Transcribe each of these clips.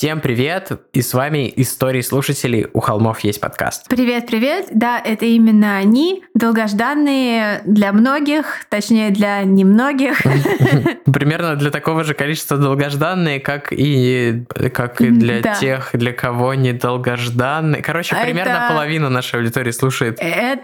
Всем привет! И с вами истории слушателей «У холмов есть подкаст». Привет-привет! Да, это именно они, долгожданные для многих, точнее для немногих. Примерно для такого же количества долгожданные, как и для тех, для кого не долгожданные. Короче, примерно половина нашей аудитории слушает.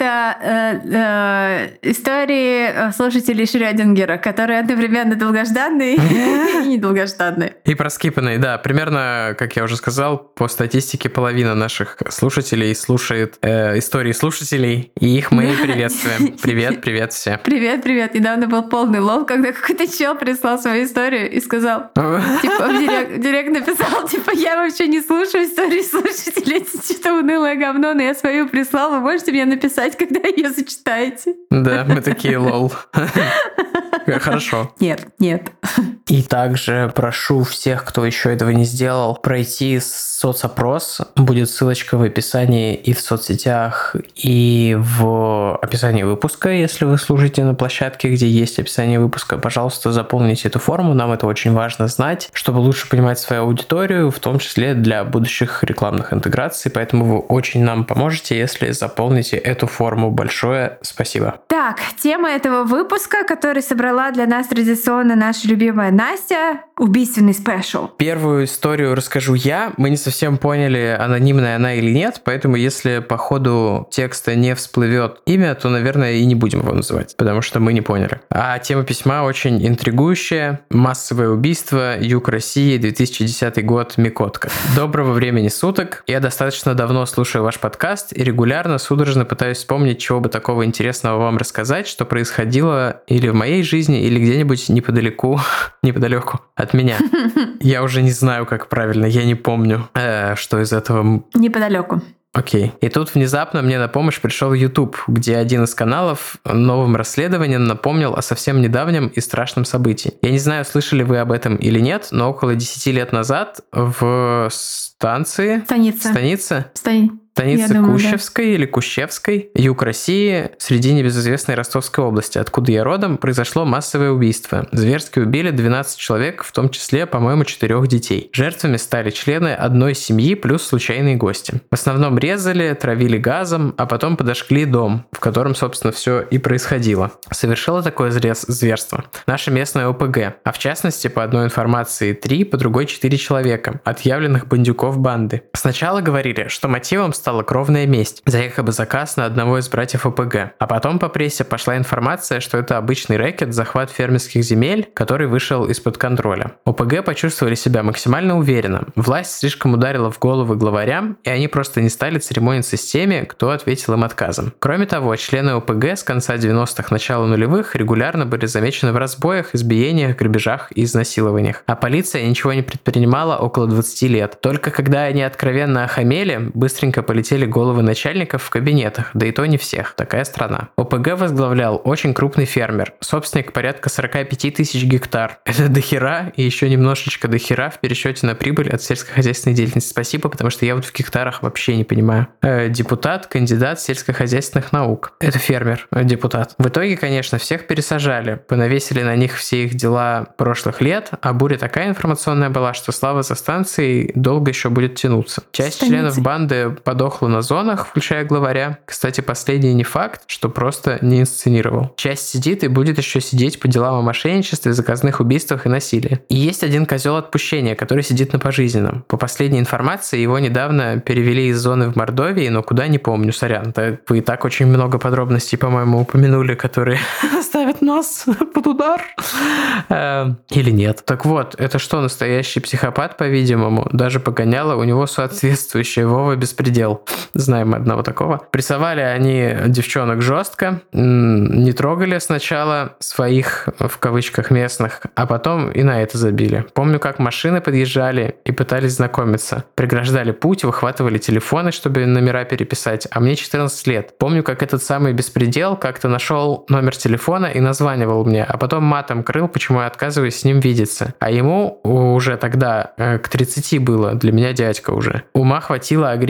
Это истории слушателей Шрёдингера, которые одновременно долгожданные и недолгожданные. И проскипанные, да. Примерно, как я уже сказал, по статистике половина наших слушателей слушает истории слушателей, и их мы приветствуем. Привет все. Привет. Недавно был полный лол, когда какой-то чел прислал свою историю и сказал, типа, в директ написал, типа, я вообще не слушаю истории слушателей, это что-то унылое говно, но я свою прислал, вы можете мне написать, когда ее зачитаете? Да, мы такие лол. Хорошо. Нет. И также прошу всех, кто еще этого не сделал, пройти соцопрос. Будет ссылочка в описании и в соцсетях, и в описании выпуска, если вы слушаете на площадке, где есть описание выпуска. Пожалуйста, заполните эту форму, нам это очень важно знать, чтобы лучше понимать свою аудиторию, в том числе для будущих рекламных интеграций, поэтому вы очень нам поможете, если заполните эту форму. Большое спасибо. Так, тема этого выпуска, который собрала для нас традиционно наша любимая Настя, убийственный спешл. Первую историю расскажу я. Мы не совсем поняли, анонимная она или нет, поэтому если по ходу текста не всплывет имя, то, наверное, и не будем его называть, потому что мы не поняли. А тема письма очень интригующая. Массовое убийство, Юг России, 2010 год, Микотка. Доброго времени суток. Я достаточно давно слушаю ваш подкаст и регулярно, судорожно пытаюсь вспомнить, чего бы такого интересного вам рассказать, что происходило или в моей жизни, или где-нибудь неподалеку от меня. Я уже не знаю, как правильно, я не помню, что из этого... Неподалеку. Окей. И тут внезапно мне на помощь пришел YouTube, где один из каналов новым расследованием напомнил о совсем недавнем и страшном событии. Я не знаю, слышали вы об этом или нет, но около 10 лет назад в станице Кущевской или Кущевской, юг России, среди небезызвестной Ростовской области, откуда я родом, произошло массовое убийство. Зверски убили 12 человек, в том числе, по-моему, 4 детей. Жертвами стали члены одной семьи плюс случайные гости. В основном резали, травили газом, а потом подожгли дом, в котором, собственно, все и происходило. Совершило такое зверство наша местная ОПГ, а в частности, по одной информации 3, по другой 4 человека, отъявленных бандюков банды. Сначала говорили, что мотивом стала кровная месть за якобы заказ на одного из братьев ОПГ. А потом по прессе пошла информация, что это обычный рэкет, захват фермерских земель, который вышел из-под контроля. ОПГ почувствовали себя максимально уверенно. Власть слишком ударила в головы главарям, и они просто не стали церемониться с теми, кто ответил им отказом. Кроме того, члены ОПГ с конца 90-х, начала нулевых регулярно были замечены в разбоях, избиениях, грабежах и изнасилованиях. А полиция ничего не предпринимала около 20 лет. Только когда они откровенно охамели, быстренько полетели головы начальников в кабинетах, да и то не всех. Такая страна. ОПГ возглавлял очень крупный фермер, собственник порядка 45 тысяч гектар. Это дохера и еще немножечко дохера в пересчете на прибыль от сельскохозяйственной деятельности. Спасибо, потому что я вот в гектарах вообще не понимаю. Депутат, кандидат сельскохозяйственных наук. Это фермер, депутат. В итоге, конечно, всех пересажали, понавесили на них все их дела прошлых лет, а буря такая информационная была, что слава за станцией долго еще будет тянуться. Часть членов банды подохла на зонах, включая главаря. Кстати, последний не факт, что просто не инсценировал. Часть сидит и будет еще сидеть по делам о мошенничестве, заказных убийствах и насилии. И есть один козел отпущения, который сидит на пожизненном. По последней информации, его недавно перевели из зоны в Мордовии, но куда не помню, сорян. Вы и так очень много подробностей, по-моему, упомянули, которые ставят нас под удар. Или нет. Так вот, это что, настоящий психопат, по-видимому? Даже погоняло у него соответствующее Вова беспредел. Знаем одного такого. Прессовали они девчонок жестко, не трогали сначала своих, в кавычках, местных, а потом и на это забили. Помню, как машины подъезжали и пытались знакомиться. Преграждали путь, выхватывали телефоны, чтобы номера переписать, а мне 14 лет. Помню, как этот самый беспредел как-то нашел номер телефона и названивал мне, а потом матом крыл, почему я отказываюсь с ним видеться. А ему уже тогда к 30 было, для меня дядька уже. Ума хватило агрессии не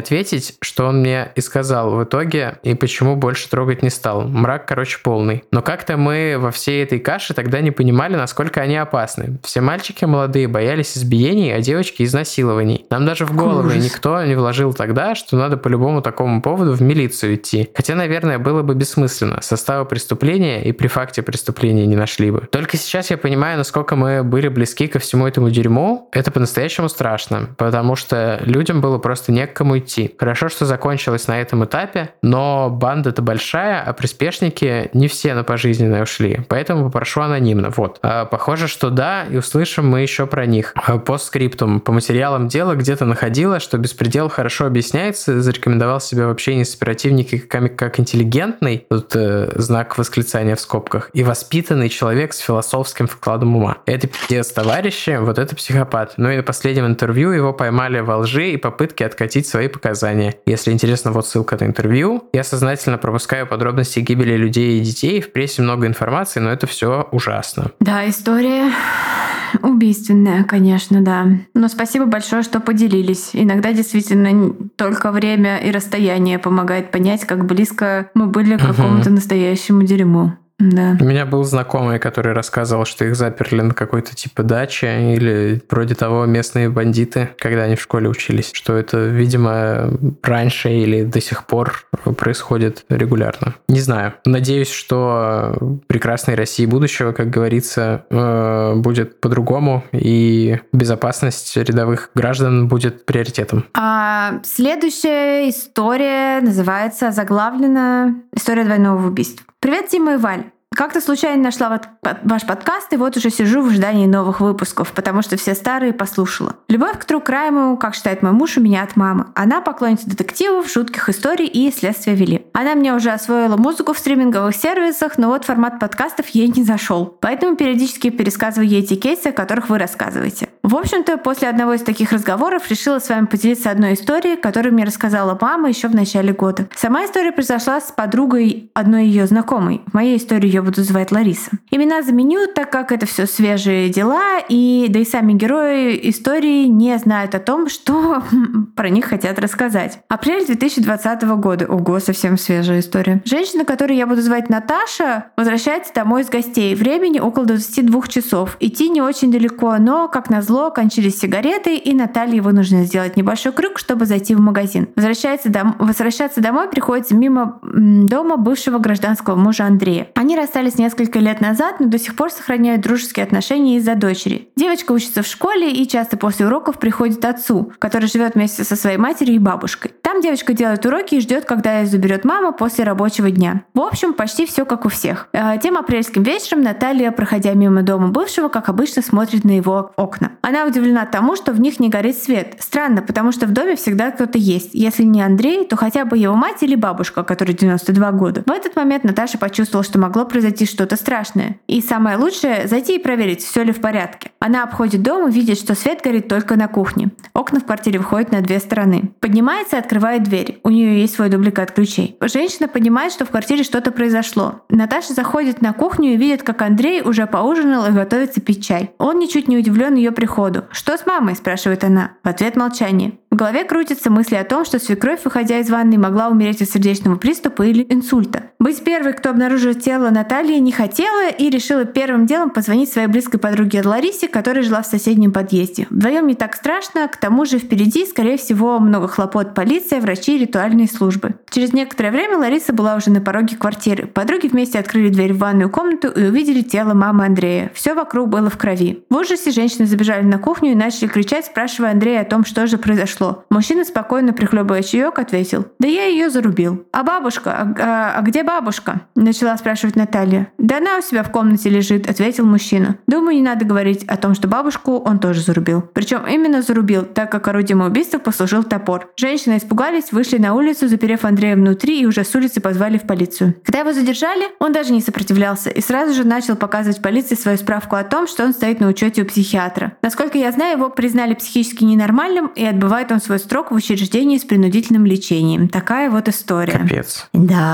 ответить, что он мне и сказал в итоге, и почему больше трогать не стал. Мрак, короче, полный. Но как-то мы во всей этой каше тогда не понимали, насколько они опасны. Все мальчики молодые боялись избиений, а девочки изнасилований. Нам даже в голову никто не вложил тогда, что надо по любому такому поводу в милицию идти. Хотя, наверное, было бы бессмысленно. Состава преступления и при факте преступления не нашли бы. Только сейчас я понимаю, насколько мы были близки ко всему этому дерьму. Это по-настоящему страшно, потому что людям было просто не к кому идти. Хорошо, что закончилось на этом этапе, но банда-то большая, а приспешники не все на пожизненное ушли. Поэтому попрошу анонимно. Вот. Похоже, что да, и услышим мы еще про них. Постскриптум. По материалам дела где-то находила, что беспредел хорошо объясняется, зарекомендовал себя в общении с оперативниками как интеллигентный, тут знак восклицания в скобках, и воспитанный человек с философским вкладом ума. Это пиздец, товарищи, вот это психопат. Ну и на последнем интервью его поймали во лжи и попытке откатить свои показания. Если интересно, вот ссылка на интервью. Я сознательно пропускаю подробности гибели людей и детей, в прессе много информации, но это все ужасно. Да, история убийственная, конечно, да. Но спасибо большое, что поделились. Иногда действительно только время и расстояние помогает понять, как близко мы были к какому-то настоящему дерьму. Да. У меня был знакомый, который рассказывал, что их заперли на какой-то типа даче или вроде того местные бандиты, когда они в школе учились. Что это, видимо, раньше или до сих пор происходит регулярно. Не знаю. Надеюсь, что прекрасной России будущего, как говорится, будет по-другому, и безопасность рядовых граждан будет приоритетом. А следующая история называется, заглавлена «История двойного убийства». Привет, Тима и Валь. Как-то случайно нашла ваш подкаст, и вот уже сижу в ожидании новых выпусков, потому что все старые послушала. Любовь к True Crime, как считает мой муж, у меня от мамы. Она поклонница детективов, жутких историй и следствия вели. Она мне уже освоила музыку в стриминговых сервисах, но вот формат подкастов ей не зашел. Поэтому периодически пересказываю ей те кейсы, о которых вы рассказываете. В общем-то, после одного из таких разговоров решила с вами поделиться одной историей, которую мне рассказала мама еще в начале года. Сама история произошла с подругой одной ее знакомой. В моей истории ее буду звать Лариса. Имена заменю, так как это все свежие дела, и да и сами герои истории не знают о том, что про них хотят рассказать. Апрель 2020 года. Ого, совсем свежая история. Женщина, которую я буду звать Наташа, возвращается домой с гостей. Времени около 22 часов. Идти не очень далеко, но, как назло, кончились сигареты, и Наталье вынуждена сделать небольшой крюк, чтобы зайти в магазин. Возвращаться домой приходится мимо дома бывшего гражданского мужа Андрея. Они расстались несколько лет назад, но до сих пор сохраняют дружеские отношения из-за дочери. Девочка учится в школе и часто после уроков приходит к отцу, который живет вместе со своей матерью и бабушкой. Там девочка делает уроки и ждет, когда ее заберет мама после рабочего дня. В общем, почти все как у всех. Тем апрельским вечером Наталья, проходя мимо дома бывшего, как обычно, смотрит на его окна. Она удивлена тому, что в них не горит свет. Странно, потому что в доме всегда кто-то есть. Если не Андрей, то хотя бы его мать или бабушка, которой 92 года. В этот момент Наташа почувствовала, что могло произойти что-то страшное. И самое лучшее — зайти и проверить, все ли в порядке. Она обходит дом и видит, что свет горит только на кухне. Окна в квартире выходят на две стороны. Поднимается и открывает дверь. У нее есть свой дубликат ключей. Женщина понимает, что в квартире что-то произошло. Наташа заходит на кухню и видит, как Андрей уже поужинал и готовится пить чай. Он ничуть не удивлен ее приходу. «Что с мамой?» — спрашивает она. В ответ молчание. В голове крутятся мысли о том, что свекровь, выходя из ванной, могла умереть от сердечного приступа или инсульта. Быть первой, кто обнаружил тело Натальи, не хотела и решила первым делом позвонить своей близкой подруге Ларисе, которая жила в соседнем подъезде. Вдвоем не так страшно, к тому же впереди, скорее всего, много хлопот: полиция, врачи и ритуальные службы. Через некоторое время Лариса была уже на пороге квартиры. Подруги вместе открыли дверь в ванную комнату и увидели тело мамы Андрея. Все вокруг было в крови. В ужасе женщины забежали на кухню и начали кричать, спрашивая Андрея о том, что же произошло. Мужчина, спокойно прихлебывая чаек, ответил: «Да я ее зарубил». «А бабушка? А где бабушка?» — начала спрашивать Наталья. «Да она у себя в комнате лежит», — ответил мужчина. «Думаю, не надо говорить о том, что бабушку он тоже зарубил». Причем именно зарубил, так как орудием убийства послужил топор. Женщины испугались, вышли на улицу, заперев Андрея внутри, и уже с улицы позвали в полицию. Когда его задержали, он даже не сопротивлялся и сразу же начал показывать полиции свою справку о том, что он стоит на учете у психиатра. Насколько я знаю, его признали психически ненормальным, и отбывает он свой срок в учреждении с принудительным лечением. Такая вот история. Капец.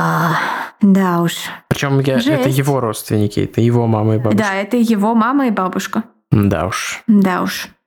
Да уж. Причем это его родственники, это его мама и бабушка. Да, это его мама и бабушка. Да уж.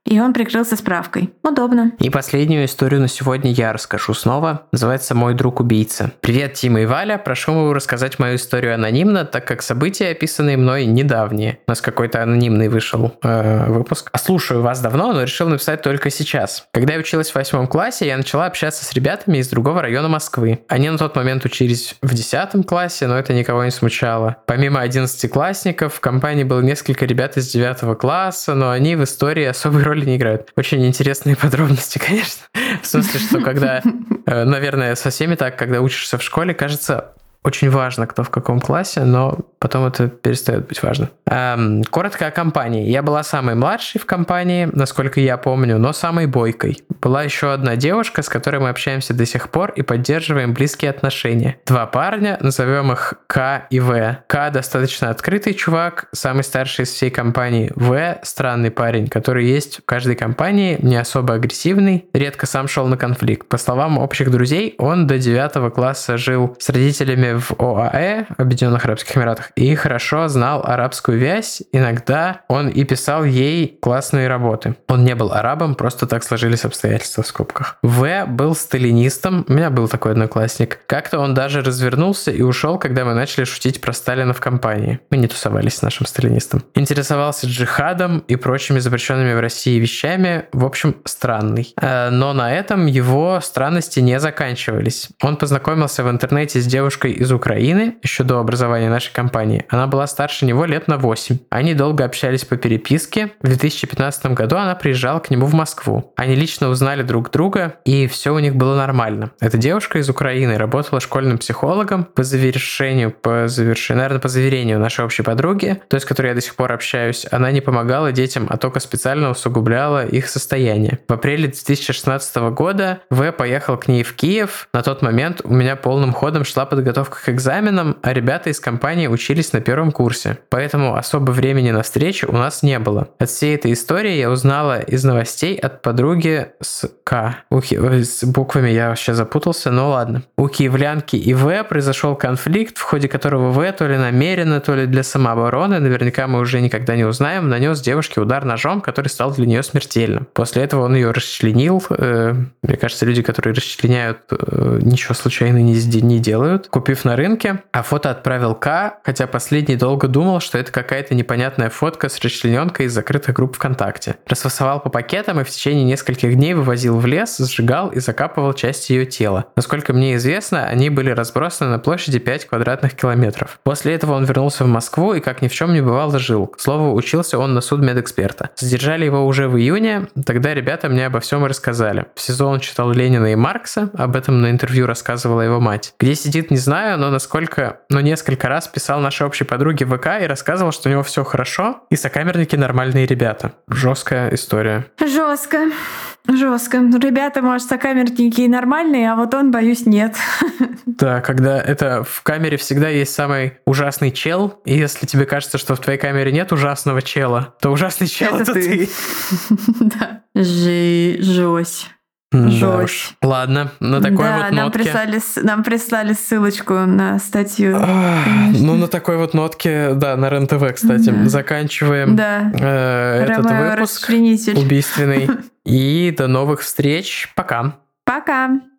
И он прикрылся справкой. Удобно. И последнюю историю на сегодня я расскажу снова. Называется «Мой друг-убийца». Привет, Тима и Валя. Прошу рассказать мою историю анонимно, так как события, описанные мной, недавние. У нас какой-то анонимный вышел выпуск. Слушаю вас давно, но решил написать только сейчас. Когда я училась в 8 классе, я начала общаться с ребятами из другого района Москвы. Они на тот момент учились в 10 классе, но это никого не смущало. Помимо 11-классников, в компании было несколько ребят из 9 класса, но они в истории особой роли не играют. Очень интересные подробности, конечно. В смысле, что когда, наверное, со всеми так, когда учишься в школе, кажется, очень важно, кто в каком классе, но потом это перестает быть важно. Коротко о компании. Я была самой младшей в компании, насколько я помню, но самой бойкой. Была еще одна девушка, с которой мы общаемся до сих пор и поддерживаем близкие отношения. 2 парня, назовем их К и В. К достаточно открытый чувак, самый старший из всей компании. В странный парень, который есть в каждой компании, не особо агрессивный, редко сам шел на конфликт. По словам общих друзей, он до 9 класса жил с родителями в ОАЭ, Объединенных Арабских Эмиратах, и хорошо знал арабскую вязь. Иногда он и писал ей классные работы. Он не был арабом, просто так сложились обстоятельства в скобках. В был сталинистом, у меня был такой одноклассник. Как-то он даже развернулся и ушел, когда мы начали шутить про Сталина в компании. Мы не тусовались с нашим сталинистом. Интересовался джихадом и прочими запрещенными в России вещами. В общем, странный. Но на этом его странности не заканчивались. Он познакомился в интернете с девушкой из Украины еще до образования нашей компании. Она была старше него лет на 8. Они долго общались по переписке. В 2015 году она приезжала к нему в Москву. Они лично узнали друг друга, и все у них было нормально. Эта девушка из Украины работала школьным психологом по заверению нашей общей подруги, той, с которой я до сих пор общаюсь. Она не помогала детям, а только специально усугубляла их состояние. В апреле 2016 года В поехал к ней в Киев. На тот момент у меня полным ходом шла подготовка к экзаменам, а ребята из компании учились на 1 курсе. Поэтому особо времени на встречу у нас не было. От всей этой истории я узнала из новостей от подруги с К. С буквами я вообще запутался, но ладно. У киевлянки и В произошел конфликт, в ходе которого В то ли намеренно, то ли для самообороны, наверняка мы уже никогда не узнаем, нанес девушке удар ножом, который стал для нее смертельным. После этого он ее расчленил. Мне кажется, люди, которые расчленяют, ничего случайно не делают, купив на рынке, а фото отправил К, хотя последний долго думал, что это какая-то непонятная фотка с расчлененкой из закрытых групп ВКонтакте. Расфасовал по пакетам и в течение нескольких дней вывозил в лес, сжигал и закапывал части ее тела. Насколько мне известно, они были разбросаны на площади 5 квадратных километров. После этого он вернулся в Москву и, как ни в чем не бывало, жил. К слову, учился он на судмедэксперта. Задержали его уже в июне, тогда ребята мне обо всем и рассказали. В СИЗО он читал Ленина и Маркса, об этом на интервью рассказывала его мать. Где сидит, не знаю, но несколько раз писал нашей общей подруге в ВК и рассказывал, что у него все хорошо, и сокамерники нормальные ребята. Жесткая история. Жестко. Ребята, может, сокамерники и нормальные, а вот он, боюсь, нет. Да, когда это в камере всегда есть самый ужасный чел, и если тебе кажется, что в твоей камере нет ужасного чела, то ужасный чел — это ты. Да. Жесть. Жесть. Ладно, на такой вот нотке. Нам прислали ссылочку на статью. На такой вот нотке, да, на РЕН-ТВ, кстати, заканчиваем этот выпуск убийственный. И до новых встреч. Пока. Пока.